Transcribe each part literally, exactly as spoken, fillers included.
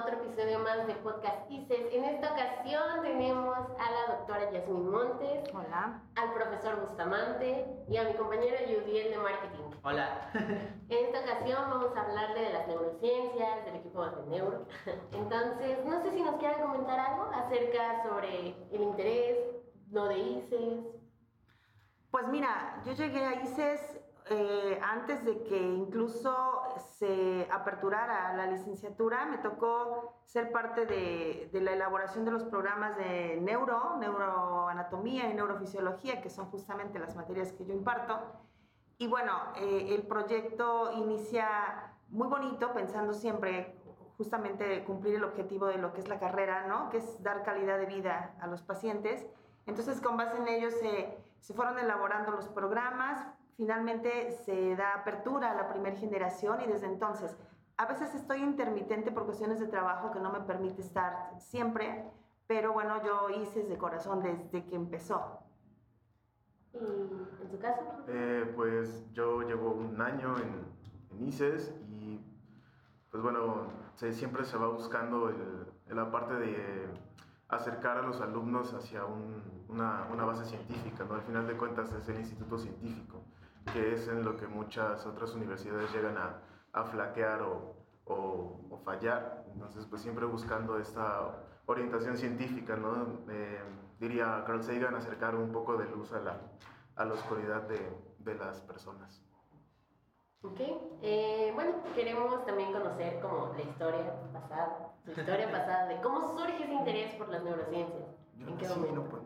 otro episodio más de Podcast I C E S. En esta ocasión tenemos a la doctora Yasmín Montes. Hola. Al profesor Bustamante y a mi compañero Yudiel de Marketing. Hola. En esta ocasión vamos a hablarle de las neurociencias, del equipo de Neuro. Entonces, no sé si nos quieran comentar algo acerca sobre el interés, lo de I C E S. Pues mira, yo llegué a I C E S eh, antes de que incluso se aperturara la licenciatura. Me tocó ser parte de, de la elaboración de los programas de neuro, neuroanatomía y neurofisiología, que son justamente las materias que yo imparto. Y bueno, eh, el proyecto inicia muy bonito, pensando siempre justamente cumplir el objetivo de lo que es la carrera, ¿no? Que es dar calidad de vida a los pacientes. Entonces, con base en ello se, se fueron elaborando los programas. Finalmente se da apertura a la primera generación y desde entonces, a veces estoy intermitente por cuestiones de trabajo que no me permite estar siempre, pero bueno, yo hice de corazón desde que empezó. ¿Y en tu caso? Eh, pues yo llevo un año en, en I C E S y pues bueno, se, siempre se va buscando el, la parte de acercar a los alumnos hacia un, una, una base científica, ¿no? Al final de cuentas es el instituto científico, que es en lo que muchas otras universidades llegan a, a flaquear o, o, o fallar. Entonces, pues siempre buscando esta orientación científica, ¿no? Eh, diría Carl Sagan, acercar un poco de luz a la, a la oscuridad de, de las personas. Ok, eh, bueno, queremos también conocer como la historia pasada, tu historia pasada de cómo surge ese interés por las neurociencias. Yo ¿En qué nací, momento? no puedo.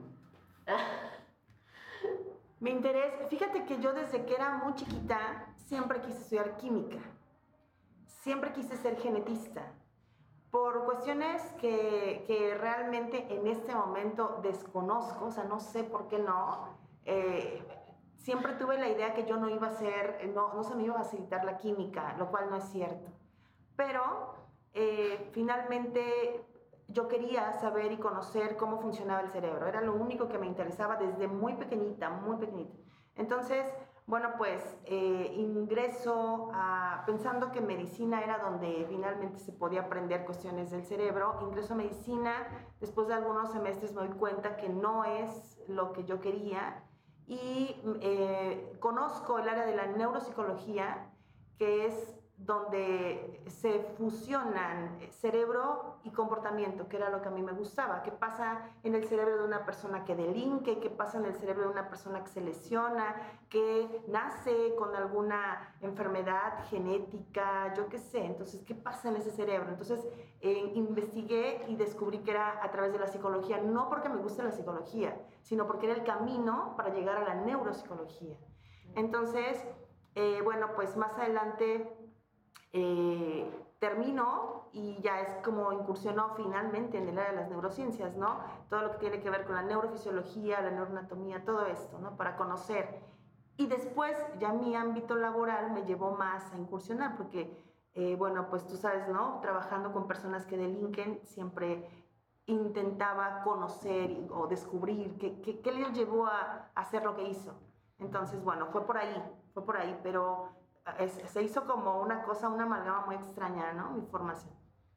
Mi interés, fíjate que yo desde que era muy chiquita siempre quise estudiar química, siempre quise ser genetista, por cuestiones que, que realmente en este momento desconozco, o sea, no sé por qué no. Eh, Siempre tuve la idea que yo no iba a ser, no, no se me iba a facilitar la química, lo cual no es cierto. Pero eh, finalmente yo quería saber y conocer cómo funcionaba el cerebro. Era lo único que me interesaba desde muy pequeñita, muy pequeñita. Entonces, bueno, pues eh, ingreso a, pensando que medicina era donde finalmente se podía aprender cuestiones del cerebro, ingreso a medicina. Después de algunos semestres me doy cuenta que no es lo que yo quería. Y eh, conozco el área de la neuropsicología, que es donde se fusionan cerebro y comportamiento, que era lo que a mí me gustaba. ¿Qué pasa en el cerebro de una persona que delinque? ¿Qué pasa en el cerebro de una persona que se lesiona? ¿Que nace con alguna enfermedad genética? Yo qué sé. Entonces, ¿qué pasa en ese cerebro? Entonces, eh, investigué y descubrí que era a través de la psicología, no porque me guste la psicología, sino porque era el camino para llegar a la neuropsicología. Entonces, eh, bueno, pues más adelante Eh, terminó y ya es como incursionó finalmente en el área de las neurociencias, ¿no? Todo lo que tiene que ver con la neurofisiología, la neuroanatomía, todo esto, ¿no? Para conocer. Y después ya mi ámbito laboral me llevó más a incursionar porque, eh, bueno, pues tú sabes, ¿no? Trabajando con personas que delinquen, siempre intentaba conocer o descubrir qué, qué, qué le llevó a, a hacer lo que hizo. Entonces, bueno, fue por ahí, fue por ahí, pero Es, se hizo como una cosa, una amalgama muy extraña, ¿no? Mi formación.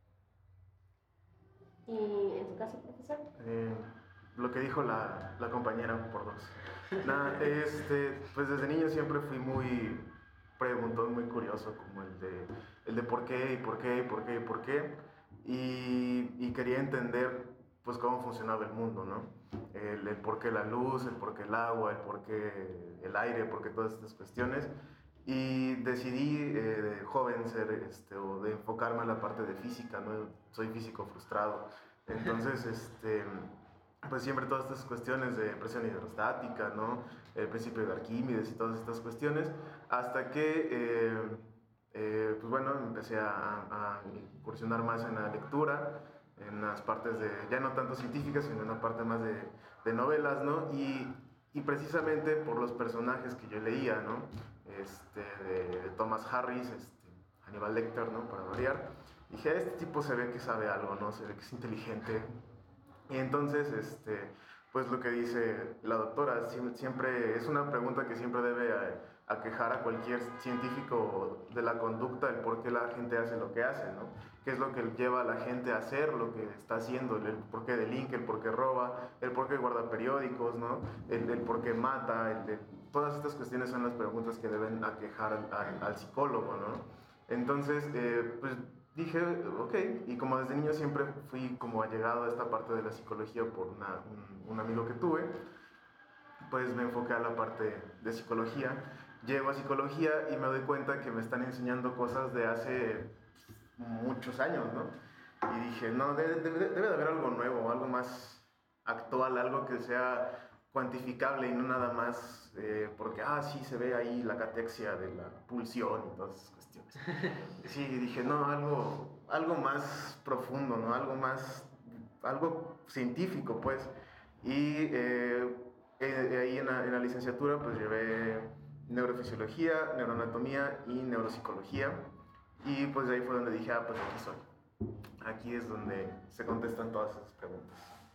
¿Y en tu caso, profesor? Eh, lo que dijo la, la compañera por dos. Nada, este, pues desde niño siempre fui muy preguntón, muy curioso, como el de, el de por qué, y por qué, y por qué, y por qué. Y, y quería entender, pues, cómo funcionaba el mundo, ¿no? El, el por qué la luz, el por qué el agua, el por qué el aire, el por qué todas estas cuestiones. Y decidí eh, de joven ser, este, o de enfocarme en la parte de física, ¿no? Soy físico frustrado. Entonces, este, pues siempre todas estas cuestiones de presión hidrostática, ¿no? El principio de Arquímedes y todas estas cuestiones, hasta que, eh, eh, pues bueno, empecé a, a incursionar más en la lectura, en las partes de, ya no tanto científicas, sino en la parte más de, de novelas, ¿no? Y, y precisamente por los personajes que yo leía, ¿no? Este, de, de Thomas Harris, este, Hannibal Lecter, ¿no? Para variar, dije, este tipo se ve que sabe algo, ¿no? Se ve que es inteligente. Y entonces, este, pues lo que dice la doctora, siempre es una pregunta que siempre debe aquejar a cualquier científico de la conducta, el por qué la gente hace lo que hace, ¿no? ¿Qué es lo que lleva a la gente a hacer lo que está haciendo? El, el por qué delinque, el por qué roba, el por qué guarda periódicos, ¿no? El, el por qué mata, el, el, todas estas cuestiones son las preguntas que deben aquejar al, al, al psicólogo, ¿no? Entonces, eh, pues dije, ok, y como desde niño siempre fui como allegado a esta parte de la psicología por una, un, un amigo que tuve, pues me enfoqué a la parte de psicología. Llego a psicología y me doy cuenta que me están enseñando cosas de hace muchos años, ¿no? Y dije, no, debe, debe, debe de haber algo nuevo, algo más actual, algo que sea cuantificable y no nada más eh, porque, ah, sí, se ve ahí la catexia de la pulsión y todas esas cuestiones. Sí, dije, no, algo, algo más profundo, ¿no? Algo más, algo científico, pues. Y eh, eh, ahí en la, en la licenciatura, pues llevé neurofisiología, neuroanatomía y neuropsicología. Y pues de ahí fue donde dije, ah, pues aquí soy. Aquí es donde se contestan todas esas preguntas.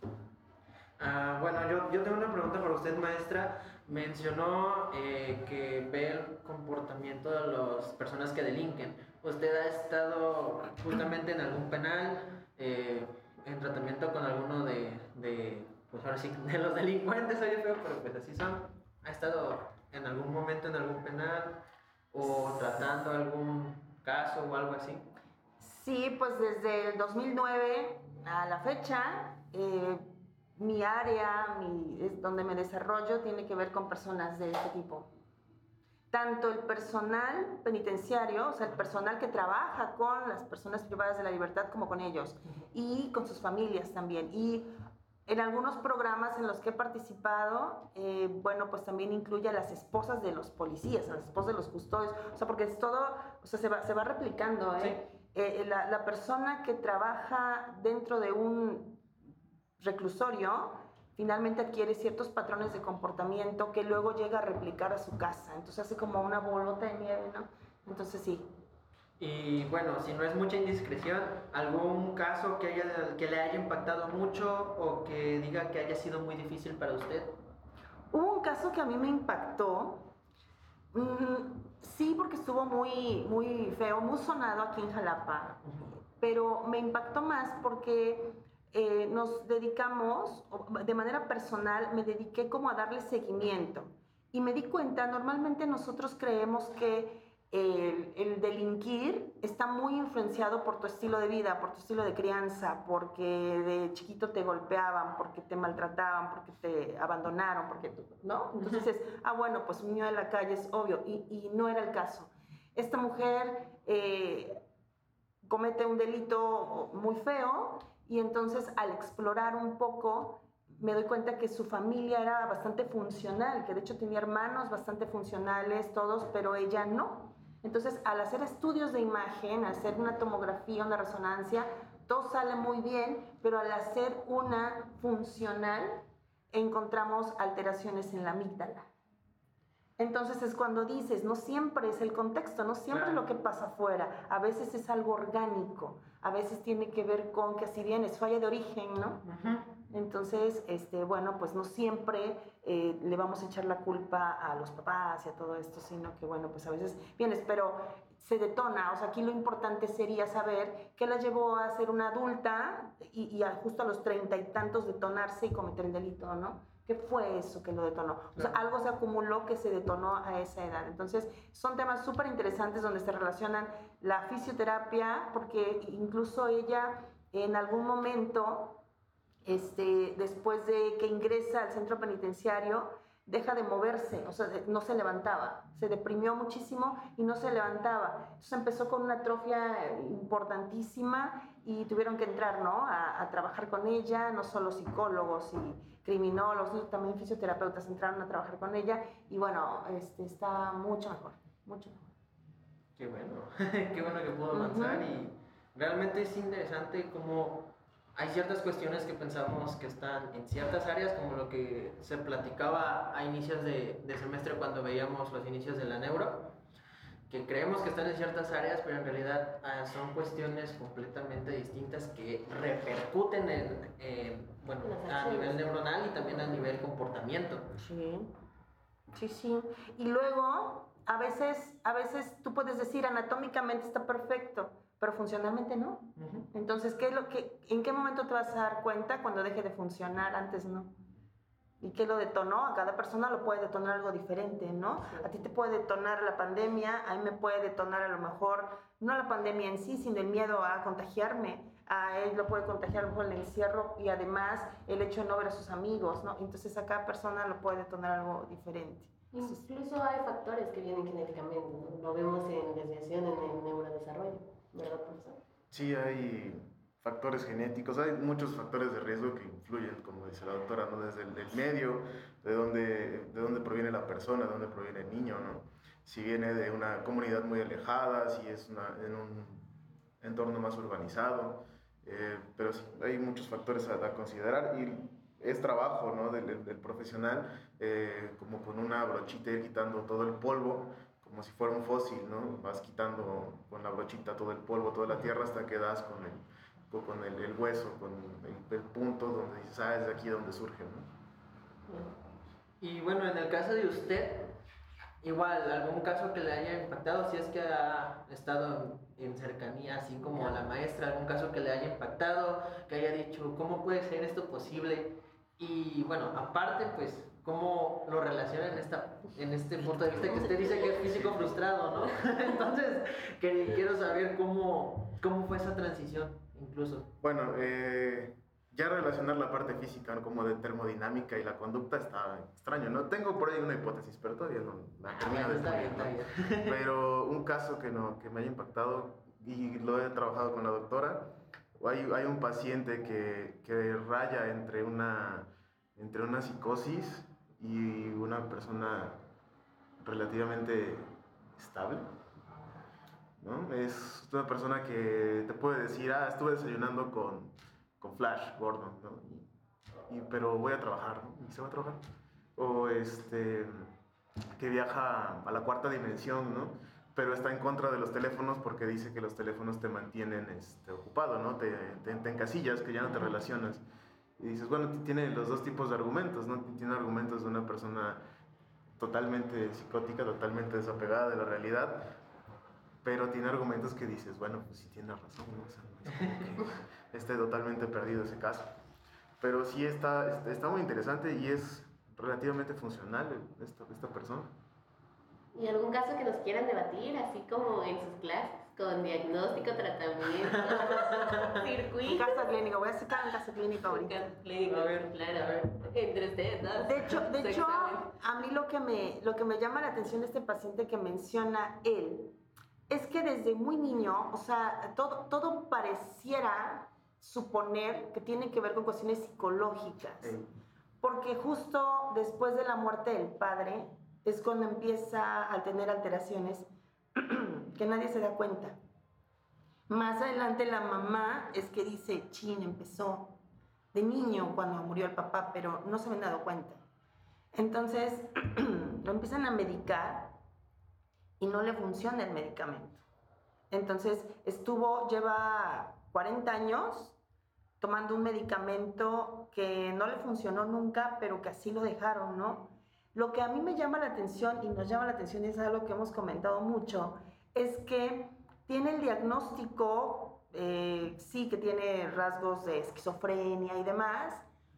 Uh, bueno, yo, yo tengo una pregunta para usted, maestra. Mencionó eh, que ve el comportamiento de las personas que delinquen. ¿Usted ha estado justamente en algún penal, eh, en tratamiento con alguno de, de, pues ahora sí, de los delincuentes? Oye, feo, pero pues así son. ¿Ha estado en algún momento en algún penal o tratando algún caso o algo así? Sí, pues desde el dos mil nueve a la fecha, eh, mi área, mi, es donde me desarrollo, tiene que ver con personas de este tipo. Tanto el personal penitenciario, o sea, el personal que trabaja con las personas privadas de la libertad, como con ellos, y con sus familias también. Y en algunos programas en los que he participado, eh, bueno, pues también incluye a las esposas de los policías, a las esposas de los custodios, o sea, porque es todo, o sea, se va, se va replicando, ¿eh? Sí. Eh, la, la persona que trabaja dentro de un reclusorio finalmente adquiere ciertos patrones de comportamiento que luego llega a replicar a su casa, entonces hace como una bolota de nieve, ¿no? Entonces sí. Y bueno, si no es mucha indiscreción, ¿algún caso que, haya, que le haya impactado mucho o que diga que haya sido muy difícil para usted? Hubo un caso que a mí me impactó, mm, sí, porque estuvo muy, muy feo, muy sonado aquí en Jalapa, uh-huh. Pero me impactó más porque eh, nos dedicamos, de manera personal, me dediqué como a darle seguimiento. Y me di cuenta, normalmente nosotros creemos que el, el delinquir está muy influenciado por tu estilo de vida, por tu estilo de crianza, porque de chiquito te golpeaban, porque te maltrataban, porque te abandonaron, porque tú, ¿no? Entonces dices, ah, bueno, pues un niño de la calle es obvio, y, y no era el caso. Esta mujer eh, comete un delito muy feo, y entonces al explorar un poco me doy cuenta que su familia era bastante funcional, que de hecho tenía hermanos bastante funcionales todos, pero ella no. Entonces, al hacer estudios de imagen, hacer una tomografía, una resonancia, todo sale muy bien, pero al hacer una funcional, encontramos alteraciones en la amígdala. Entonces es cuando dices, no siempre es el contexto, no siempre claro. Lo que pasa afuera, a veces es algo orgánico, a veces tiene que ver con que así vienes, falla de origen, ¿no? Uh-huh. Entonces, este, bueno, pues no siempre eh, le vamos a echar la culpa a los papás y a todo esto, sino que, bueno, pues a veces vienes, pero se detona. O sea, aquí lo importante sería saber qué la llevó a ser una adulta y, y a justo a los treinta y tantos detonarse y cometer el delito, ¿no? ¿Qué fue eso que lo detonó? O sea, algo se acumuló que se detonó a esa edad. Entonces, son temas súper interesantes donde se relacionan la fisioterapia, porque incluso ella en algún momento... Este, después de que ingresa al centro penitenciario, deja de moverse, o sea, no se levantaba, se deprimió muchísimo y no se levantaba. Entonces empezó con una atrofia importantísima y tuvieron que entrar, ¿no? a, a trabajar con ella, no solo psicólogos y criminólogos, también fisioterapeutas entraron a trabajar con ella y bueno, este, está mucho mejor, mucho mejor. Qué bueno, qué bueno que pudo avanzar. Uh-huh. Y realmente es interesante cómo hay ciertas cuestiones que pensamos que están en ciertas áreas, como lo que se platicaba a inicios de, de semestre cuando veíamos los inicios de la neuro, que creemos que están en ciertas áreas, pero en realidad ah, son cuestiones completamente distintas que repercuten en, en, bueno, a nivel neuronal y también a nivel comportamiento. Sí, sí, sí. Y luego, A veces, a veces tú puedes decir anatómicamente está perfecto, pero funcionalmente no. Ujú. Entonces, ¿qué es lo que, ¿en qué momento te vas a dar cuenta cuando deje de funcionar? Antes no. ¿Y qué lo detonó? A cada persona lo puede detonar algo diferente, ¿no? Sí. A ti te puede detonar la pandemia, a mí me puede detonar a lo mejor, no la pandemia en sí, sino el miedo a contagiarme. A él lo puede contagiar a lo mejor el encierro y además el hecho de no ver a sus amigos, ¿no? Entonces a cada persona lo puede detonar algo diferente. Incluso hay factores que vienen genéticamente, ¿no? Lo vemos en desviación en el neurodesarrollo, ¿verdad, profesor? Sí, hay factores genéticos, hay muchos factores de riesgo que influyen, como dice la doctora, ¿no? Desde el, el medio, de dónde, de dónde proviene la persona, de dónde proviene el niño, ¿no? Si viene de una comunidad muy alejada, si es una, en un entorno más urbanizado, eh, pero sí, hay muchos factores a, a considerar y es trabajo, ¿no? del, del, del profesional, eh, como con una brochita ir quitando todo el polvo, como si fuera un fósil, ¿no? Vas quitando con la brochita todo el polvo, toda la tierra hasta que das con el, con el, el hueso, con el, el punto donde dices, ah, es de aquí donde surge, ¿no? Y bueno, en el caso de usted, igual, algún caso que le haya impactado, si es que ha estado en, en cercanía, así como a la maestra, algún caso que le haya impactado, que haya dicho, ¿cómo puede ser esto posible? Y bueno, aparte, pues, ¿cómo lo relaciona en, esta, en este punto de vista que usted dice que es físico frustrado, ¿no? Entonces, que, quiero saber cómo, cómo fue esa transición, incluso. Bueno, eh, ya relacionar la parte física, ¿no? Como de termodinámica y la conducta está extraño, ¿no? Tengo por ahí una hipótesis, pero todavía no la termino de Está bien, está bien. Pero un caso que, no, que me haya impactado y lo he trabajado con la doctora, hay, hay un paciente que, que raya entre una, entre una psicosis y una persona relativamente estable, ¿no? Es una persona que te puede decir, ah, estuve desayunando con, con Flash Gordon, ¿no? Y, y, pero voy a trabajar, ¿no? Y se va a trabajar. O este, que viaja a la cuarta dimensión, ¿no? Pero está en contra de los teléfonos porque dice que los teléfonos te mantienen este, ocupado, ¿no? Te, te, te encasillas, que ya no te relacionas. Y dices, bueno, tiene los dos tipos de argumentos, ¿no? Tiene argumentos de una persona totalmente psicótica, totalmente desapegada de la realidad, pero tiene argumentos que dices, bueno, pues sí tiene razón, ¿no? O sea, no es como que esté totalmente perdido ese caso. Pero sí está, está muy interesante y es relativamente funcional esta, esta persona. ¿Y algún caso que nos quieran debatir, así como en sus clases, con diagnóstico, tratamiento, Un circuito? caso clínico, voy a citar un caso clínico Un ahorita. caso clínico, A ver, claro. a ver. Entre ustedes, ¿no? De hecho, de Su hecho examen. a mí lo que, me, lo que me llama la atención de este paciente que menciona él es que desde muy niño, o sea, todo, todo pareciera suponer que tiene que ver con cuestiones psicológicas. Eh, Porque justo después de la muerte del padre es cuando empieza a tener alteraciones que nadie se da cuenta. Más adelante la mamá es que dice, chin, empezó de niño cuando murió el papá, pero no se habían dado cuenta. Entonces lo empiezan a medicar y no le funciona el medicamento. Entonces estuvo, lleva cuarenta años tomando un medicamento que no le funcionó nunca, pero que así lo dejaron, ¿no? Lo que a mí me llama la atención y nos llama la atención, y es algo que hemos comentado mucho, es que tiene el diagnóstico, eh, sí que tiene rasgos de esquizofrenia y demás,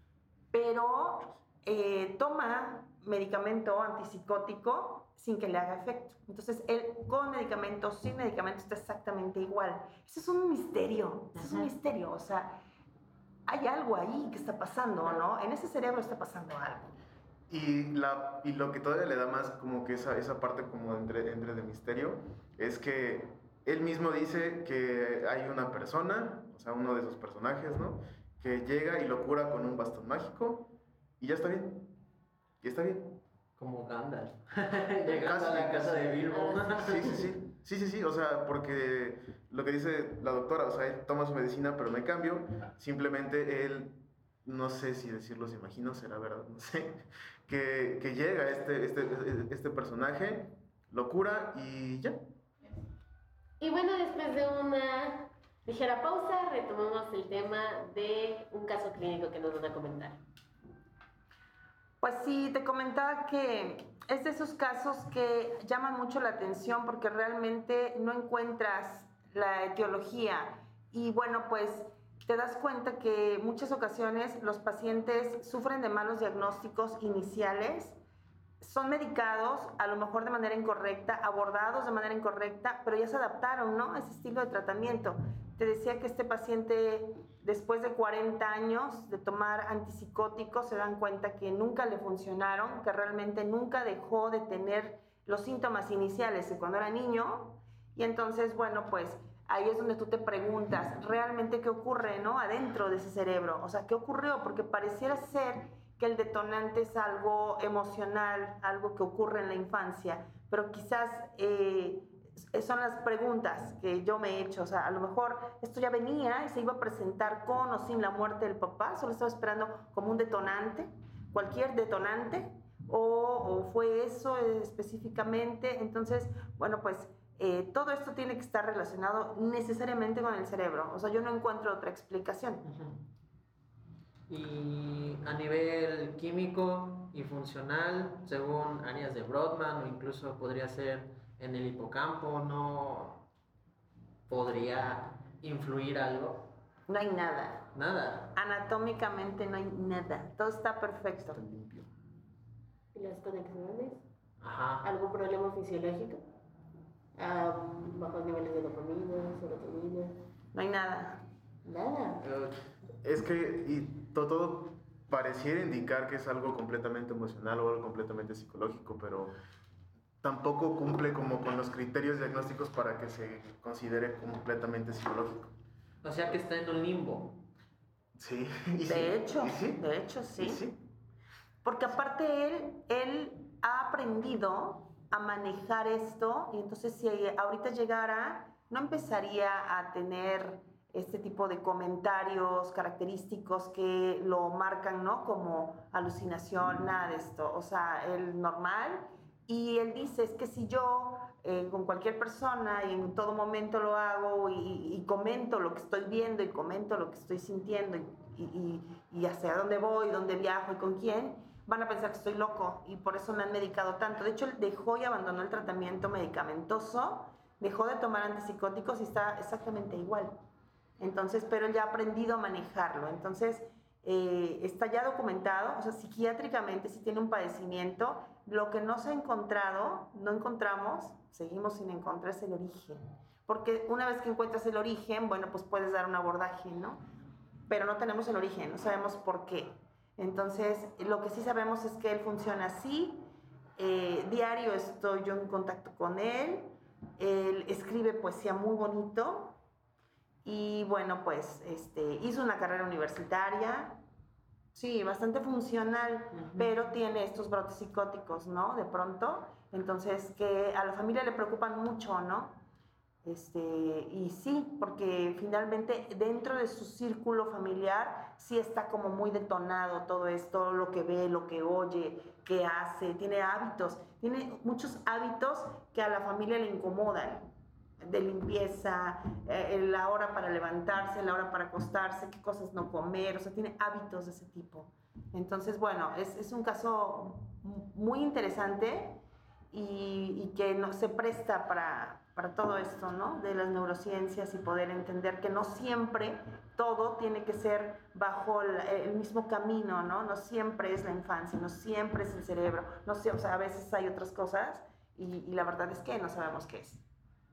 pero eh, toma medicamento antipsicótico sin que le haga efecto. Entonces, él con medicamento, sin medicamento, está exactamente igual. Eso es un misterio, eso es un misterio, o sea, hay algo ahí que está pasando, ¿no? En ese cerebro está pasando algo. Y, la, y lo que todavía le da más como que esa, esa parte como entre, entre de misterio es que él mismo dice que hay una persona, o sea, uno de esos personajes, ¿no? Que llega y lo cura con un bastón mágico y ya está bien. Y está bien. Como Gandalf. Llegando Casi, a la casa casi. de Bilbo. Sí, sí, sí. Sí, sí, sí, o sea, porque lo que dice la doctora, o sea, él toma su medicina, pero no hay cambio. Simplemente él, no sé si decirlo, se imagino, será verdad, no sé, que, que llega este, este, este personaje, lo cura y ya. Y bueno, después de una ligera pausa, retomamos el tema de un caso clínico que nos van a comentar. Pues sí, te comentaba que es de esos casos que llaman mucho la atención porque realmente no encuentras la etiología y bueno, pues te das cuenta que muchas ocasiones los pacientes sufren de malos diagnósticos iniciales, son medicados a lo mejor de manera incorrecta, abordados de manera incorrecta, pero ya se adaptaron, ¿no?, a ese estilo de tratamiento. Te decía que este paciente, después de cuarenta años de tomar antipsicóticos, se dan cuenta que nunca le funcionaron, que realmente nunca dejó de tener los síntomas iniciales de cuando era niño. Y entonces, bueno, pues ahí es donde tú te preguntas realmente qué ocurre, ¿no?, adentro de ese cerebro. O sea, ¿qué ocurrió? Porque pareciera ser que el detonante es algo emocional, algo que ocurre en la infancia, pero quizás eh, son las preguntas que yo me he hecho. O sea, a lo mejor esto ya venía y se iba a presentar con o sin la muerte del papá, solo estaba esperando como un detonante, cualquier detonante, o, o fue eso específicamente. Entonces, bueno, pues eh, todo esto tiene que estar relacionado necesariamente con el cerebro. O sea, yo no encuentro otra explicación. Uh-huh. Y a nivel químico y funcional, según áreas de Brodmann, o incluso podría ser en el hipocampo, ¿no podría influir algo? No hay nada. Nada. Anatómicamente no hay nada. Todo está perfecto. Está limpio. ¿Y las conexiones? Ajá. ¿Algún problema fisiológico? Um, ¿Bajos niveles de dopamina, serotonina? No hay nada. Nada. Uh, Es que y to- todo pareciera indicar que es algo completamente emocional o algo completamente psicológico, pero tampoco cumple como con los criterios diagnósticos para que se considere completamente psicológico. o sea que está en un limbo. Sí. ¿Y sí? De hecho, ¿Y sí? de hecho sí. ¿Y sí? Porque aparte él, él ha aprendido a manejar esto y entonces si ahorita llegara, no empezaría a tener este tipo de comentarios característicos que lo marcan, ¿no?, como alucinación, nada de esto. O sea, el normal. Y él dice, es que si yo eh, con cualquier persona y en todo momento lo hago y, y comento lo que estoy viendo y comento lo que estoy sintiendo y, y, y hacia dónde voy, dónde viajo y con quién, van a pensar que estoy loco y por eso me han medicado tanto. De hecho, él dejó y abandonó el tratamiento medicamentoso, dejó de tomar antipsicóticos y está exactamente igual. Entonces, pero él ya ha aprendido a manejarlo. Entonces, eh, está ya documentado, o sea, psiquiátricamente si tiene un padecimiento. Lo que no se ha encontrado, no encontramos, seguimos sin encontrar, es el origen. Porque una vez que encuentras el origen, bueno, pues puedes dar un abordaje, ¿no? Pero no tenemos el origen, no sabemos por qué. Entonces, lo que sí sabemos es que él funciona así. Eh, diario estoy yo en contacto con él. Él escribe poesía muy bonito. Y bueno, pues este, hizo una carrera universitaria, sí, bastante funcional, uh-huh. Pero tiene estos brotes psicóticos, ¿no? De pronto, entonces que a la familia le preocupan mucho, ¿no? Este, y sí, porque finalmente dentro de su círculo familiar sí está como muy detonado todo esto, lo que ve, lo que oye, qué hace, tiene hábitos, tiene muchos hábitos que a la familia le incomodan. De limpieza, eh, la hora para levantarse, la hora para acostarse, qué cosas no comer, o sea, tiene hábitos de ese tipo. Entonces, bueno, es, es un caso muy interesante y, y que no, se presta para, para todo esto, ¿no? De las neurociencias y poder entender que no siempre todo tiene que ser bajo el, el mismo camino, ¿no? No siempre es la infancia, no siempre es el cerebro, no sé, o sea, a veces hay otras cosas y, y la verdad es que no sabemos qué es.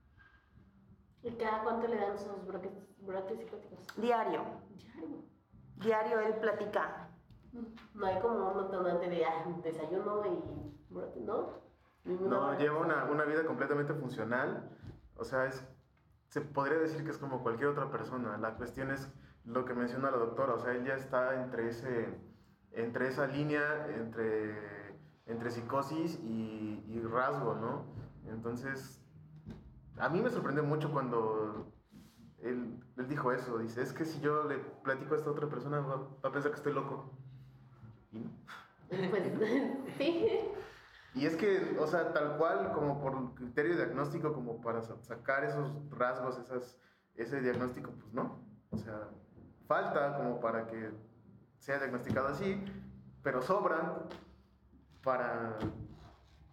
¿Y cada cuánto le dan sus brotes, brotes psicóticos? Diario. Diario. Diario él platica. No hay como un detonante de ah, desayuno y brote, ¿no? No, lleva una, una vida completamente funcional. O sea, es, se podría decir que es como cualquier otra persona. La cuestión es lo que menciona la doctora. O sea, él ya está entre, ese, entre esa línea, entre, entre psicosis y, y rasgo, ¿no? Entonces, a mí me sorprendió mucho cuando él, él dijo eso. Dice, es que si yo le platico a esta otra persona va, va a pensar que estoy loco. ¿Y no? Pues, sí. Y es que, o sea, tal cual, como por criterio diagnóstico, como para sacar esos rasgos, esas, ese diagnóstico, pues no. O sea, falta como para que sea diagnosticado así, pero sobra para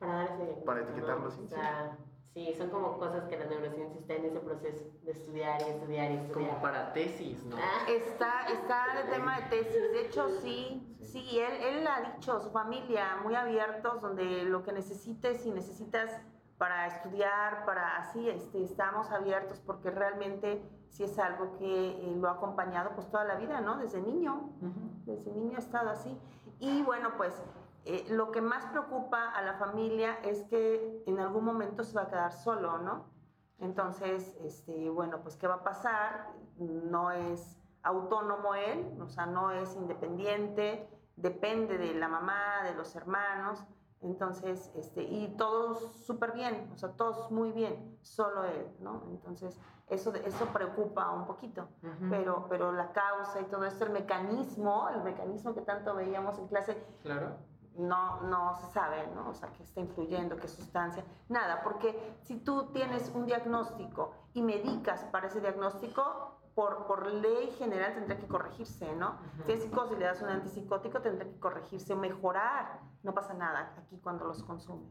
Para dar ese diagnóstico, Para etiquetarlo, ¿no? sí, O sea, sí, son como cosas que la neurociencia está en ese proceso de estudiar y estudiar y estudiar. Como para tesis, ¿no? Ah, Está, está el tema de tesis. De hecho, sí, sí, él, él ha dicho, su familia, muy abiertos, donde lo que necesites, si necesitas para estudiar, para así, este, estamos abiertos porque realmente sí es algo que eh, lo ha acompañado pues toda la vida, ¿no? Desde niño, desde niño ha estado así. Y bueno, pues eh, lo que más preocupa a la familia es que en algún momento se va a quedar solo, ¿no? Entonces, este, bueno, pues ¿qué va a pasar? No es autónomo él, o sea, no es independiente, depende de la mamá, de los hermanos. Entonces, este, y todos súper bien, o sea, todos muy bien, solo él, ¿no? Entonces, eso, eso preocupa un poquito, Ujú. pero, pero la causa y todo esto, el mecanismo, el mecanismo que tanto veíamos en clase, Claro. no, no se sabe, ¿no? O sea, qué está influyendo, qué sustancia, nada, porque si tú tienes un diagnóstico y medicas para ese diagnóstico, por, por ley general tendría que corregirse, ¿no? Ujú. Si tienes psicosis y le das un antipsicótico, tendría que corregirse, mejorar, no pasa nada aquí cuando los consume.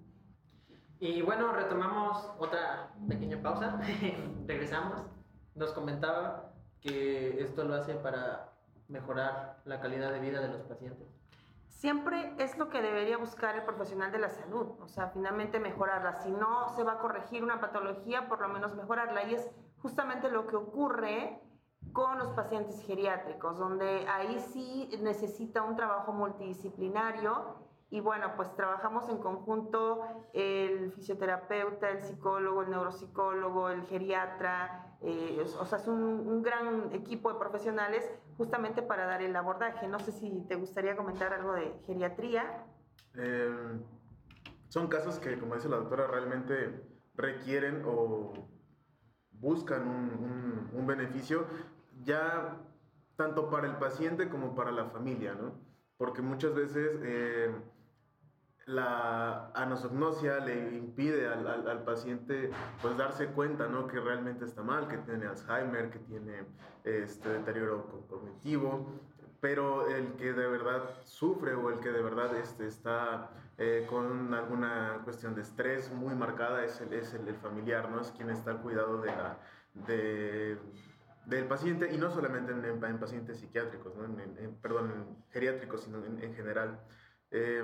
Y bueno, retomamos otra pequeña pausa. Regresamos. Nos comentaba que esto lo hace para mejorar la calidad de vida de los pacientes. Siempre es lo que debería buscar el profesional de la salud, o sea, finalmente mejorarla. Si no se va a corregir una patología, por lo menos mejorarla. Y es justamente lo que ocurre con los pacientes geriátricos, donde ahí sí necesita un trabajo multidisciplinario. Y bueno, pues trabajamos en conjunto el fisioterapeuta, el psicólogo, el neuropsicólogo, el geriatra, eh, o sea, es un, un gran equipo de profesionales justamente para dar el abordaje. No sé si te gustaría comentar algo de geriatría. Eh, son casos que, como dice la doctora, realmente requieren o buscan un, un, un beneficio ya tanto para el paciente como para la familia, ¿no? Porque muchas veces eh, la anosognosia le impide al, al, al paciente pues darse cuenta, ¿no? Que realmente está mal, que tiene Alzheimer, que tiene este deterioro cognitivo, pero el que de verdad sufre o el que de verdad este, está eh, con alguna cuestión de estrés muy marcada es el, es el, el familiar, ¿no? Es quien está al cuidado de la, de, del paciente, y no solamente en, en, en pacientes psiquiátricos, ¿no? en, en, en, perdón, en geriátricos, sino en, en general. Eh,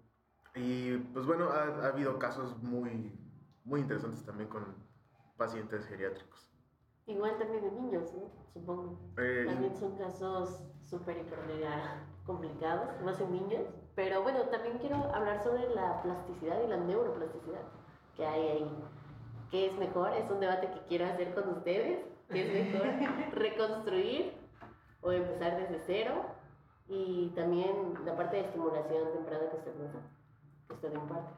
y pues bueno, ha, ha habido casos muy, muy interesantes también con pacientes geriátricos. igual también de niños, ¿no? Supongo. Eh, También son casos súper, hiper, mega complicados, más en niños. Pero bueno, también quiero hablar sobre la plasticidad y la neuroplasticidad que hay ahí. ¿Qué es mejor? Es un debate que quiero hacer con ustedes. ¿Qué es mejor? ¿Reconstruir o empezar desde cero? Y también la parte de estimulación temprana que usted nos da, que usted imparte.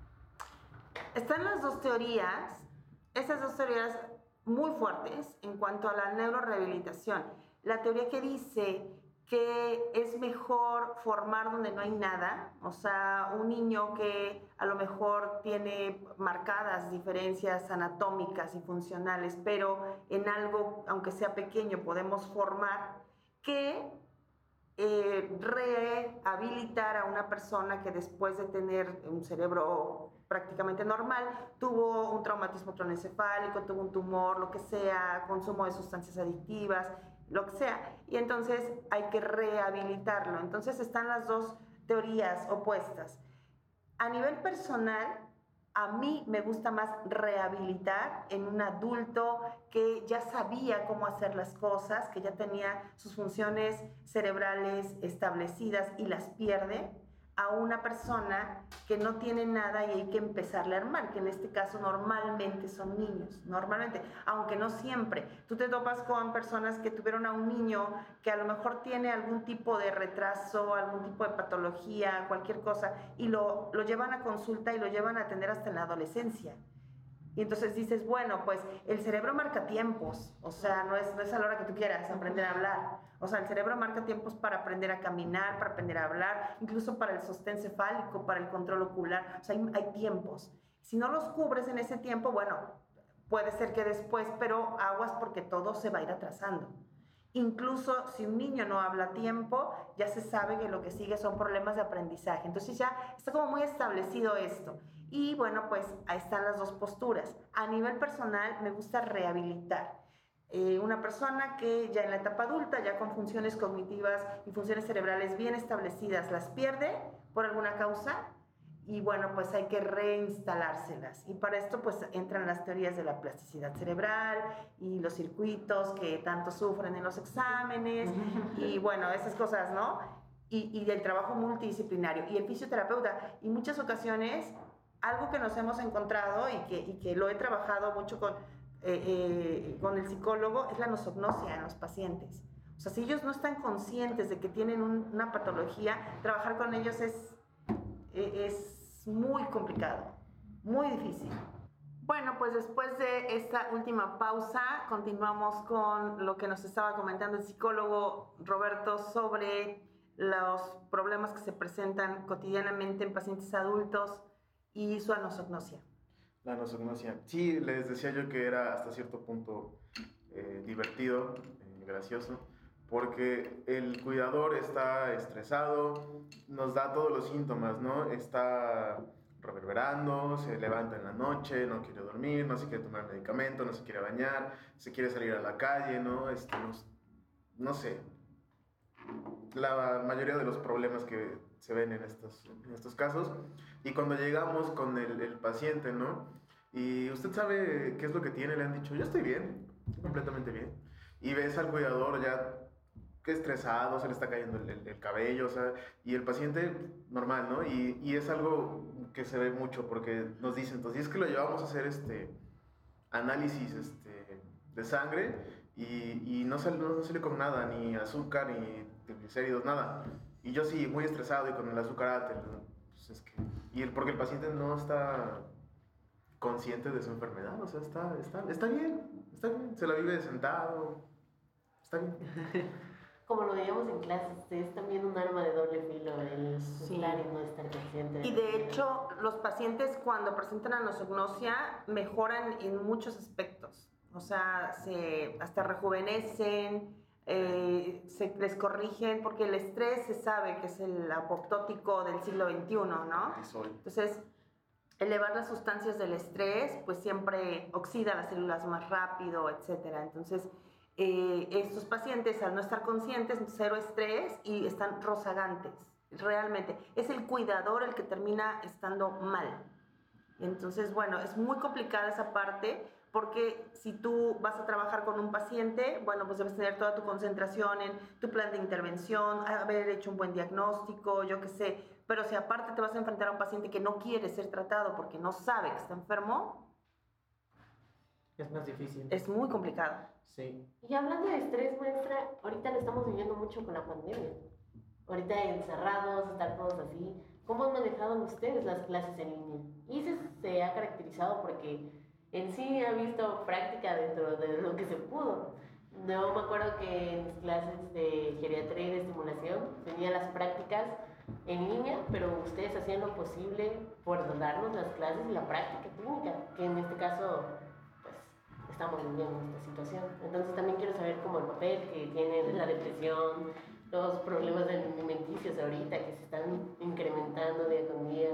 Están las dos teorías, esas dos teorías muy fuertes en cuanto a la neurorehabilitación. La teoría que dice que es mejor formar donde no hay nada, o sea, un niño que a lo mejor tiene marcadas diferencias anatómicas y funcionales, pero en algo, aunque sea pequeño, podemos formar, que eh, rehabilitar a una persona que después de tener un cerebro prácticamente normal, tuvo un traumatismo cronoencefálico, tuvo un tumor, lo que sea, consumo de sustancias adictivas, lo que sea, y entonces hay que rehabilitarlo. Entonces están las dos teorías opuestas. A nivel personal, a mí me gusta más rehabilitar en un adulto que ya sabía cómo hacer las cosas, que ya tenía sus funciones cerebrales establecidas y las pierde, a una persona que no tiene nada y hay que empezarle a armar, que en este caso normalmente son niños, normalmente, aunque no siempre. Tú te topas con personas que tuvieron a un niño que a lo mejor tiene algún tipo de retraso, algún tipo de patología, cualquier cosa, y lo, lo llevan a consulta y lo llevan a atender hasta en la adolescencia. Y entonces dices, bueno, pues el cerebro marca tiempos, o sea, no es, no es a la hora que tú quieras aprender a hablar. O sea, el cerebro marca tiempos para aprender a caminar, para aprender a hablar, incluso para el sostén cefálico, para el control ocular. O sea, hay, hay tiempos. Si no los cubres en ese tiempo, bueno, puede ser que después, pero aguas porque todo se va a ir atrasando. Incluso si un niño no habla a tiempo, ya se sabe que lo que sigue son problemas de aprendizaje. Entonces ya está como muy establecido esto. Y bueno, pues ahí están las dos posturas. A nivel personal, me gusta rehabilitar. Eh, una persona que ya en la etapa adulta, ya con funciones cognitivas y funciones cerebrales bien establecidas, las pierde por alguna causa y bueno, pues hay que reinstalárselas. Y para esto pues entran las teorías de la plasticidad cerebral y los circuitos que tanto sufren en los exámenes y bueno, esas cosas, ¿no? Y, y del trabajo multidisciplinario. Y el fisioterapeuta, y muchas ocasiones, algo que nos hemos encontrado y que, y que lo he trabajado mucho con... Eh, eh, con el psicólogo es la nosognosia en los pacientes. O sea, si ellos no están conscientes de que tienen un, una patología, trabajar con ellos es, eh, es muy complicado, muy difícil. Bueno, pues después de esta última pausa, continuamos con lo que nos estaba comentando el psicólogo Roberto sobre los problemas que se presentan cotidianamente en pacientes adultos y su anosognosia. La nosognosia. Sí, les decía yo que era hasta cierto punto eh, divertido, eh, gracioso, porque el cuidador está estresado, nos da todos los síntomas, ¿no? Está reverberando, se levanta en la noche, no quiere dormir, no se quiere tomar medicamento, no se quiere bañar, se quiere salir a la calle, ¿no? Este, no, no sé. La mayoría de los problemas que se ven en estos, en estos casos. Y cuando llegamos con el, el paciente, ¿no? Y usted sabe qué es lo que tiene, le han dicho, yo estoy bien, estoy completamente bien. Y ves al cuidador ya que estresado, se le está cayendo el, el, el cabello, o sea, y el paciente normal, ¿no? Y, y es algo que se ve mucho porque nos dicen, entonces, es que lo llevamos a hacer este análisis este, de sangre y, y no, sale, no sale con nada, ni azúcar, ni triglicéridos, nada. Y yo sí, muy estresado y con el azúcar alto, pues es que... Y el, porque el paciente no está consciente de su enfermedad, o sea, está, está, está bien, está bien, se la vive sentado, está bien. Como lo veíamos en clases, es también un arma de doble filo el Sí. estar y no estar consciente. Y de hecho, los pacientes cuando presentan anosognosia mejoran en muchos aspectos. O sea, se hasta rejuvenecen, eh, se les corrigen, porque el estrés se sabe que es el apoptótico del siglo veintiuno, ¿no? Entonces, elevar las sustancias del estrés, pues siempre oxida las células más rápido, etcétera. Entonces, eh, estos pacientes, al no estar conscientes, cero estrés y están rozagantes. Realmente, es el cuidador el que termina estando mal. Entonces, bueno, es muy complicada esa parte, porque si tú vas a trabajar con un paciente, bueno, pues debes tener toda tu concentración en tu plan de intervención, haber hecho un buen diagnóstico, yo qué sé. Pero si aparte te vas a enfrentar a un paciente que no quiere ser tratado porque no sabe que está enfermo, es más difícil. Es muy complicado. Sí. Y hablando de estrés, maestra, ahorita lo estamos viviendo mucho con la pandemia. Ahorita encerrados, estar todos así. ¿Cómo han manejado ustedes las clases en línea? I C E S se ha caracterizado porque en sí ha visto práctica dentro de lo que se pudo. Yo me acuerdo que en mis clases de geriatría y de estimulación tenía las prácticas en línea, pero ustedes hacían lo posible por darnos las clases y la práctica clínica, que en este caso pues estamos viviendo esta situación. Entonces también quiero saber cómo el papel que tiene la depresión, los problemas alimenticios ahorita que se están incrementando día con día.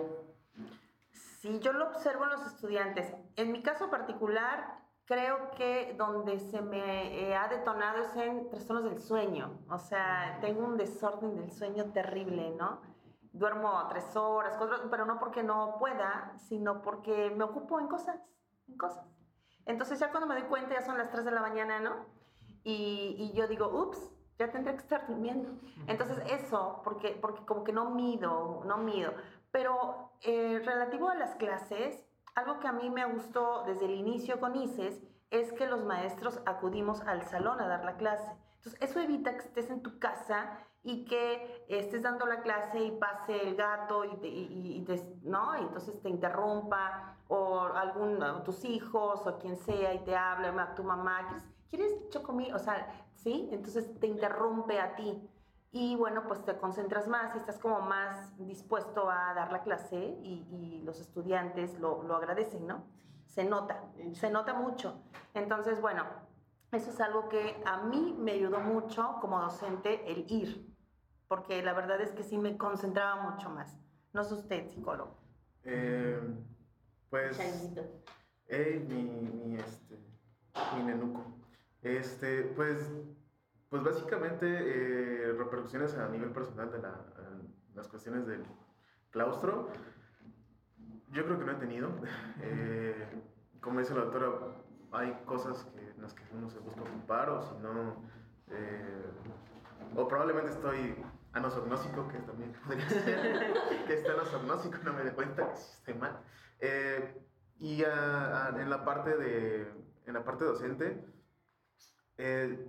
Sí, yo lo observo en los estudiantes. En mi caso particular, creo que donde se me eh, ha detonado es en trastornos del sueño. O sea, tengo un desorden del sueño terrible, ¿no? Duermo tres horas, cuatro, pero no porque no pueda, sino porque me ocupo en cosas, en cosas. Entonces ya cuando me doy cuenta ya son las tres de la mañana, ¿no? Y, y yo digo, ups, ya tendré que estar durmiendo. Entonces eso, porque, porque como que no mido, no mido. Pero eh, relativo a las clases, algo que a mí me gustó desde el inicio con I C E S es que los maestros acudimos al salón a dar la clase. Entonces eso evita que estés en tu casa y que estés dando la clase y pase el gato y, te, y, y te, ¿no? Y entonces te interrumpa o algún, tus hijos o quien sea y te habla, tu mamá, ¿quieres, ¿quieres chocomil? O sea, ¿sí? Entonces te interrumpe a ti. Y bueno, pues te concentras más y estás como más dispuesto a dar la clase y, y los estudiantes lo, lo agradecen, ¿no? Se nota, se nota mucho. Entonces, bueno, eso es algo que a mí me ayudó mucho como docente el ir, porque la verdad es que sí me concentraba mucho más. No sé usted, psicólogo. Eh, Pues, Changuito. hey, mi, mi, este, mi nenuco. Este, pues, pues básicamente eh, repercusiones a nivel personal de la, a las cuestiones del claustro, yo creo que no he tenido. Eh, como dice la doctora, hay cosas que, en las que uno se busca ocupar, o si no, eh, o probablemente estoy anosognósico, que también podría ser, que está anosognósico, no me doy cuenta que sí estoy mal. Eh, y a, a, en la parte de, en la parte docente, eh,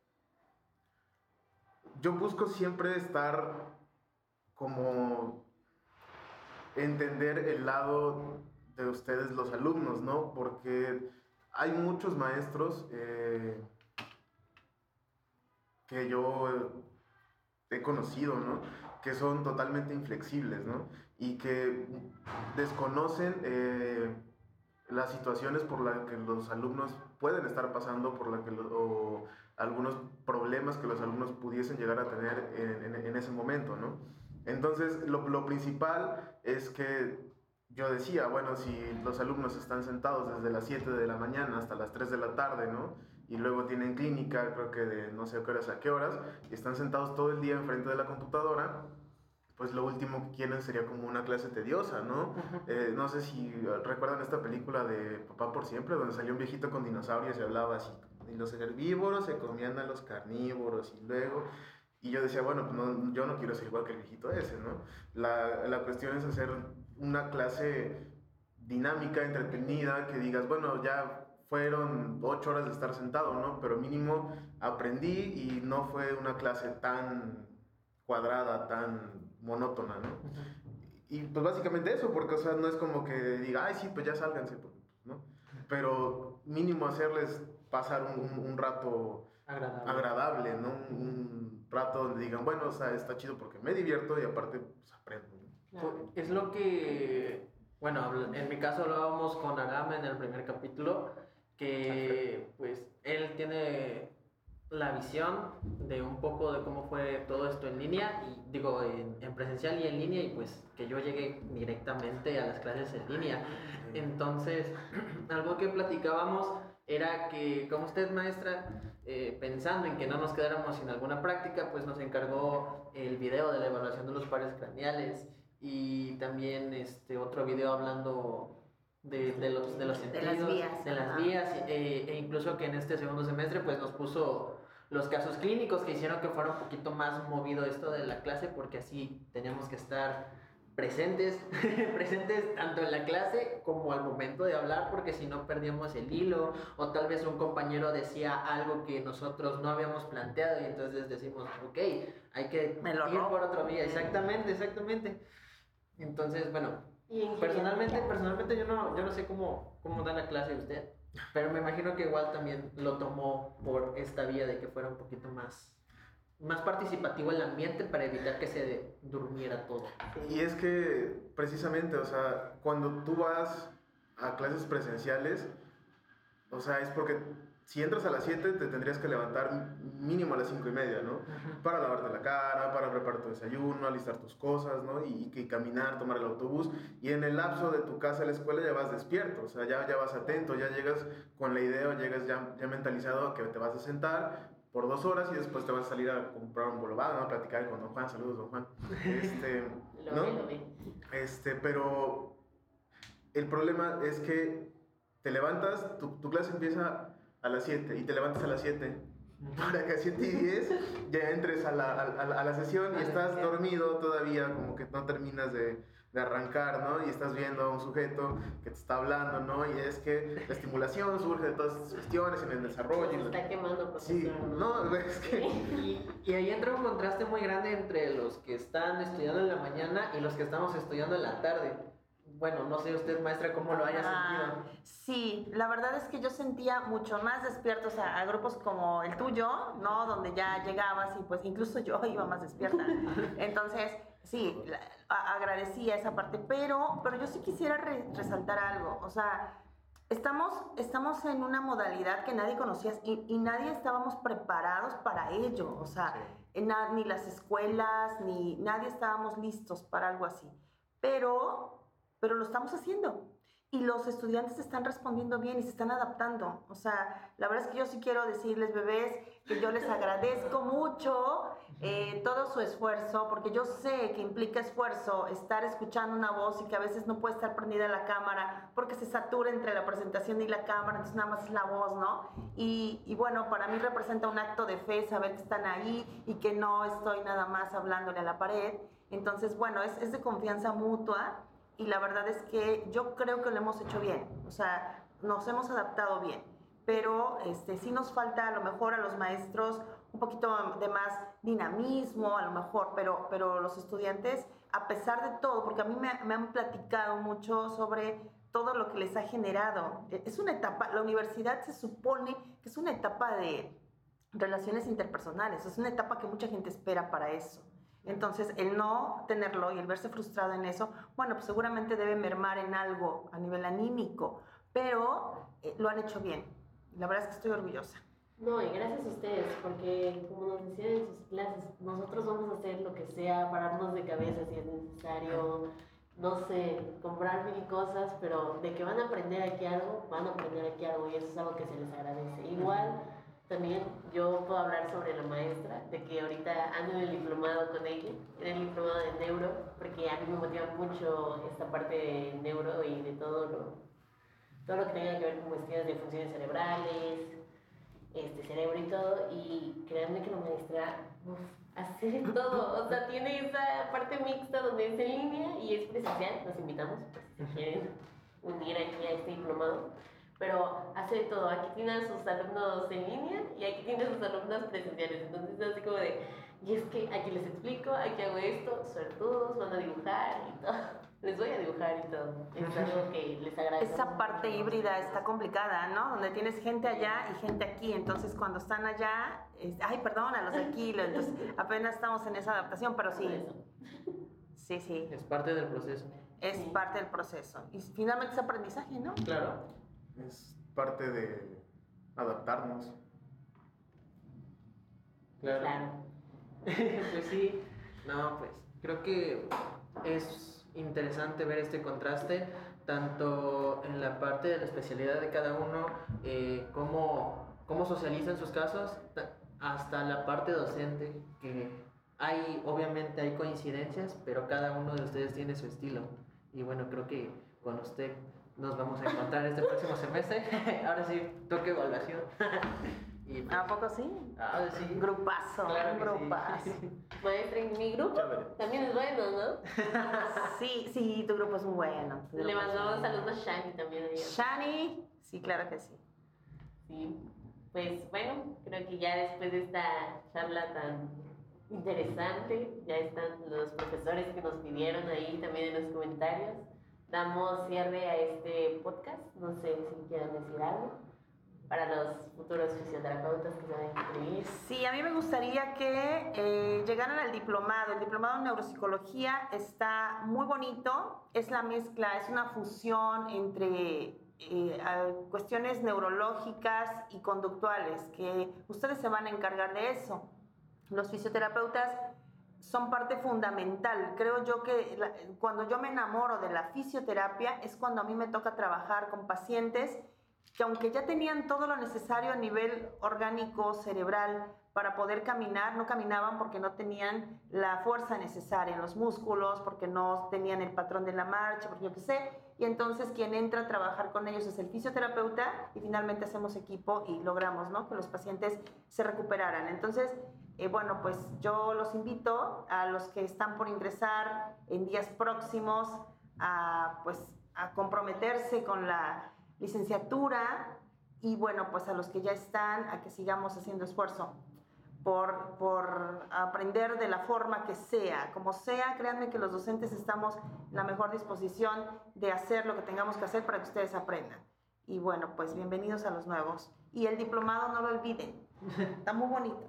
yo busco siempre estar como entender el lado de ustedes, los alumnos, ¿no? Porque hay muchos maestros eh, que yo he conocido, ¿no? Que son totalmente inflexibles, ¿no? Y que desconocen eh, las situaciones por las que los alumnos pueden estar pasando, por la que lo, o algunos problemas que los alumnos pudiesen llegar a tener en, en, en ese momento, ¿no? Entonces, lo, lo principal es que yo decía, bueno, si los alumnos están sentados desde las siete de la mañana hasta las tres de la tarde, ¿no? Y luego tienen clínica, creo que de no sé a qué horas a qué horas, y están sentados todo el día enfrente de la computadora, pues lo último que quieren sería como una clase tediosa, ¿no? Eh, no sé si recuerdan esta película de Papá por Siempre, donde salió un viejito con dinosaurios y hablaba así, y los herbívoros se comían a los carnívoros, y luego... Y yo decía, bueno, pues no, yo no quiero ser igual que el viejito ese, ¿no? La, la cuestión es hacer una clase dinámica, entretenida, que digas, bueno, ya fueron ocho horas de estar sentado, ¿no? Pero mínimo aprendí y no fue una clase tan cuadrada, tan monótona, ¿no? Y pues básicamente eso, porque, o sea, no es como que diga, ay, sí, pues ya sálganse, ¿no? Pero mínimo hacerles pasar un, un, un rato agradable, agradable, ¿no? Un, un rato donde digan, bueno, o sea, está chido porque me divierto y aparte, pues aprendo, ¿no? Claro. Es lo que, bueno, en mi caso hablábamos con Agame en el primer capítulo, que pues él tiene la visión de un poco de cómo fue todo esto en línea, y digo en, en presencial y en línea, y pues que yo llegué directamente a las clases en línea. Entonces, algo que platicábamos era que como usted, maestra, eh, pensando en que no nos quedáramos sin alguna práctica, pues nos encargó el video de la evaluación de los pares craneales, y también este otro video hablando de, de, los, de los sentidos, de las vías, de las ajá. vías e, e incluso que en este segundo semestre pues nos puso los casos clínicos que hicieron que fuera un poquito más movido esto de la clase, porque así teníamos que estar presentes, presentes tanto en la clase como al momento de hablar, porque si no perdíamos el hilo, o tal vez un compañero decía algo que nosotros no habíamos planteado y entonces decimos, ok, hay que Me lo ir robo. por otra vía. Exactamente, exactamente. Entonces, bueno, Y en personalmente, general, personalmente yo no, yo no sé cómo, cómo da la clase usted, pero me imagino que igual también lo tomó por esta vía de que fuera un poquito más, más participativo el ambiente para evitar que se durmiera todo. Y es que precisamente, o sea, cuando tú vas a clases presenciales, o sea, es porque si entras a las siete te tendrías que levantar mínimo a las cinco y media, ¿no? Ajá. Para lavarte la cara, para preparar tu desayuno, alistar tus cosas, ¿no? Y, y caminar, tomar el autobús. Y en el lapso de tu casa a la escuela ya vas despierto, o sea, ya, ya vas atento, ya llegas con la idea o llegas ya, ya mentalizado a que te vas a sentar por dos horas y después te vas a salir a comprar un bolobán, ¿no? A platicar con don Juan. Saludos, don Juan. Este, lo ¿no? ve, lo ve. Este, pero el problema es que te levantas, tu, tu clase empieza a las siete y te levantas a las siete para que a siete y diez ya entres a la, a, a la sesión y estás dormido todavía, como que no terminas de, de arrancar, ¿no? Y estás viendo a un sujeto que te está hablando, ¿no? Y es que la estimulación surge de todas estas cuestiones en el desarrollo. Se está quemando, profesor. Sí, no, es que... Y, y ahí entra un contraste muy grande entre los que están estudiando en la mañana y los que estamos estudiando en la tarde. Bueno, no sé usted, maestra, cómo lo haya Ah, sentido. sí, la verdad es que yo sentía mucho más despiertos a, a grupos como el tuyo, ¿no? Donde ya llegabas y pues incluso yo iba más despierta. Entonces, sí, la- a- agradecía esa parte, pero, pero yo sí quisiera re- resaltar algo. O sea, estamos, estamos en una modalidad que nadie conocía y, y nadie estábamos preparados para ello. O sea, en na- ni las escuelas, ni nadie estábamos listos para algo así. Pero... pero lo estamos haciendo. y los estudiantes están respondiendo bien y se están adaptando. O sea, la verdad es que yo sí quiero decirles, bebés, que yo les agradezco mucho eh, todo su esfuerzo, porque yo sé que implica esfuerzo estar escuchando una voz y que a veces no puede estar prendida la cámara porque se satura entre la presentación y la cámara, entonces nada más es la voz, ¿no? Y, y bueno, para mí representa un acto de fe saber que están ahí y que no estoy nada más hablándole a la pared. Entonces, bueno, es, es de confianza mutua. Y la verdad es que yo creo que lo hemos hecho bien, o sea, nos hemos adaptado bien, pero este, sí nos falta a lo mejor a los maestros un poquito de más dinamismo, a lo mejor, pero, pero los estudiantes, a pesar de todo, porque a mí me, me han platicado mucho sobre todo lo que les ha generado. Es una etapa, la universidad se supone que es una etapa de relaciones interpersonales, es una etapa que mucha gente espera para eso. Entonces, el no tenerlo y el verse frustrado en eso, bueno, pues seguramente debe mermar en algo a nivel anímico, pero eh, lo han hecho bien. La verdad es que estoy orgullosa. No, y gracias a ustedes, porque como nos decían en sus clases, nosotros vamos a hacer lo que sea, pararnos de cabeza si es necesario, no sé, comprar mil cosas, pero de que van a aprender aquí algo, van a aprender aquí algo y eso es algo que se les agradece. Igual, también yo puedo hablar sobre la maestra, de que ahorita ando en el diplomado con ella, en el diplomado de neuro, porque a mí me motiva mucho esta parte de neuro y de todo lo, todo lo que tenga que ver con cuestiones de funciones cerebrales, este cerebro y todo, y créanme que la maestra uf, hace todo, o sea, tiene esa parte mixta donde es en línea y es presencial, los invitamos por si se quieren unir aquí a este diplomado. Pero hace de todo, aquí tiene a sus alumnos en línea y aquí tiene a sus alumnos presenciales, entonces es así como de, y es que aquí les explico, aquí hago esto, suertudos, van a dibujar y todo, les voy a dibujar y todo, es algo que les agradezco. Esa parte híbrida está complicada, ¿no? Donde tienes gente allá y gente aquí, entonces cuando están allá, es, ay, perdón, a los de aquí, entonces apenas estamos en esa adaptación, pero sí, sí, sí. Es parte del proceso. Es sí. parte del proceso. Y finalmente es aprendizaje, ¿no? Claro. Es parte de adaptarnos. Claro. Claro. Pues sí, no, pues creo que es interesante ver este contraste, tanto en la parte de la especialidad de cada uno, eh, cómo, cómo socializan sus casos, hasta la parte docente, que hay, obviamente hay coincidencias, pero cada uno de ustedes tiene su estilo. Y bueno, creo que con usted nos vamos a encontrar este próximo semestre. Ahora sí, toque evaluación. Y pues, ¿A poco sí? ah, sí. Un grupazo, Claro un que grupazo. sí. Maestra, en mi grupo Chévere. también es bueno, ¿no? Sí, sí, tu grupo es muy bueno. tu Le grupo es mandamos muy bueno. saludos a Shani también ayer. Shani, sí, claro que sí. Sí, pues bueno, creo que ya después de esta charla tan interesante, ya están los profesores que nos pidieron ahí también en los comentarios. Damos cierre a este podcast. No sé si quieren decir algo para los futuros fisioterapeutas que se van a inscribir. Sí, a mí me gustaría que eh, llegaran al diplomado. El diplomado en neuropsicología está muy bonito. Es la mezcla, es una fusión entre eh, cuestiones neurológicas y conductuales, que ustedes se van a encargar de eso. Los fisioterapeutas son parte fundamental. Creo yo que la, cuando yo me enamoro de la fisioterapia es cuando a mí me toca trabajar con pacientes que aunque ya tenían todo lo necesario a nivel orgánico, cerebral, para poder caminar, no caminaban porque no tenían la fuerza necesaria en los músculos, porque no tenían el patrón de la marcha, porque yo qué sé, y entonces quien entra a trabajar con ellos es el fisioterapeuta y finalmente hacemos equipo y logramos, ¿no?, que los pacientes se recuperaran. Entonces, eh, bueno, pues yo los invito a los que están por ingresar en días próximos a, pues, a comprometerse con la licenciatura y bueno, pues a los que ya están, a que sigamos haciendo esfuerzo por, por aprender de la forma que sea, como sea. Créanme que los docentes estamos en la mejor disposición de hacer lo que tengamos que hacer para que ustedes aprendan. Y bueno, pues bienvenidos a los nuevos. Y el diplomado no lo olviden, está muy bonito.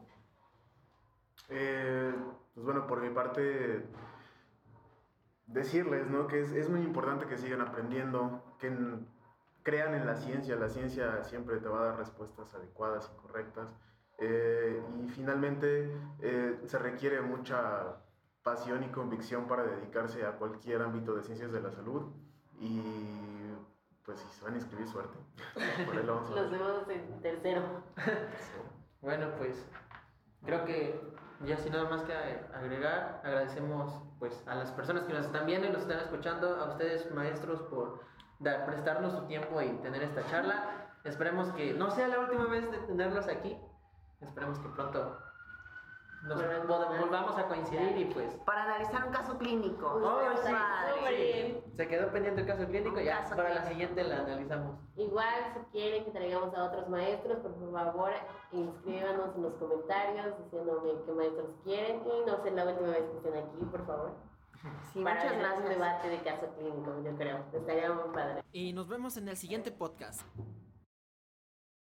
Eh, pues bueno, por mi parte, decirles, ¿no?, que es, es muy importante que sigan aprendiendo, que en, crean en la ciencia. La ciencia siempre te va a dar respuestas adecuadas y correctas. Eh, y finalmente eh, se requiere mucha pasión y convicción para dedicarse a cualquier ámbito de ciencias de la salud. Y pues si se van a inscribir, suerte. Por ahí lo vamos a Los ver. vemos en tercero. Bueno, pues creo que ya sin nada más que agregar, agradecemos pues a las personas que nos están viendo y nos están escuchando, a ustedes maestros por dar, prestarnos su tiempo y tener esta charla. Esperemos que no sea la última vez de tenerlos aquí. Esperemos que pronto nos Bueno, pod- volvamos a coincidir y pues Para analizar un caso clínico. Oh, Está sí, padre. súper bien. se quedó pendiente el caso clínico, Un ya caso para la clínico. siguiente la analizamos. Igual, si quieren que traigamos a otros maestros, por favor, inscríbanos en los comentarios diciéndome qué maestros quieren y no sé la última vez que estén aquí, por favor. Sí, para muchas hacer un gracias. debate de caso clínico, yo creo. Estaría muy padre. Y nos vemos en el siguiente podcast.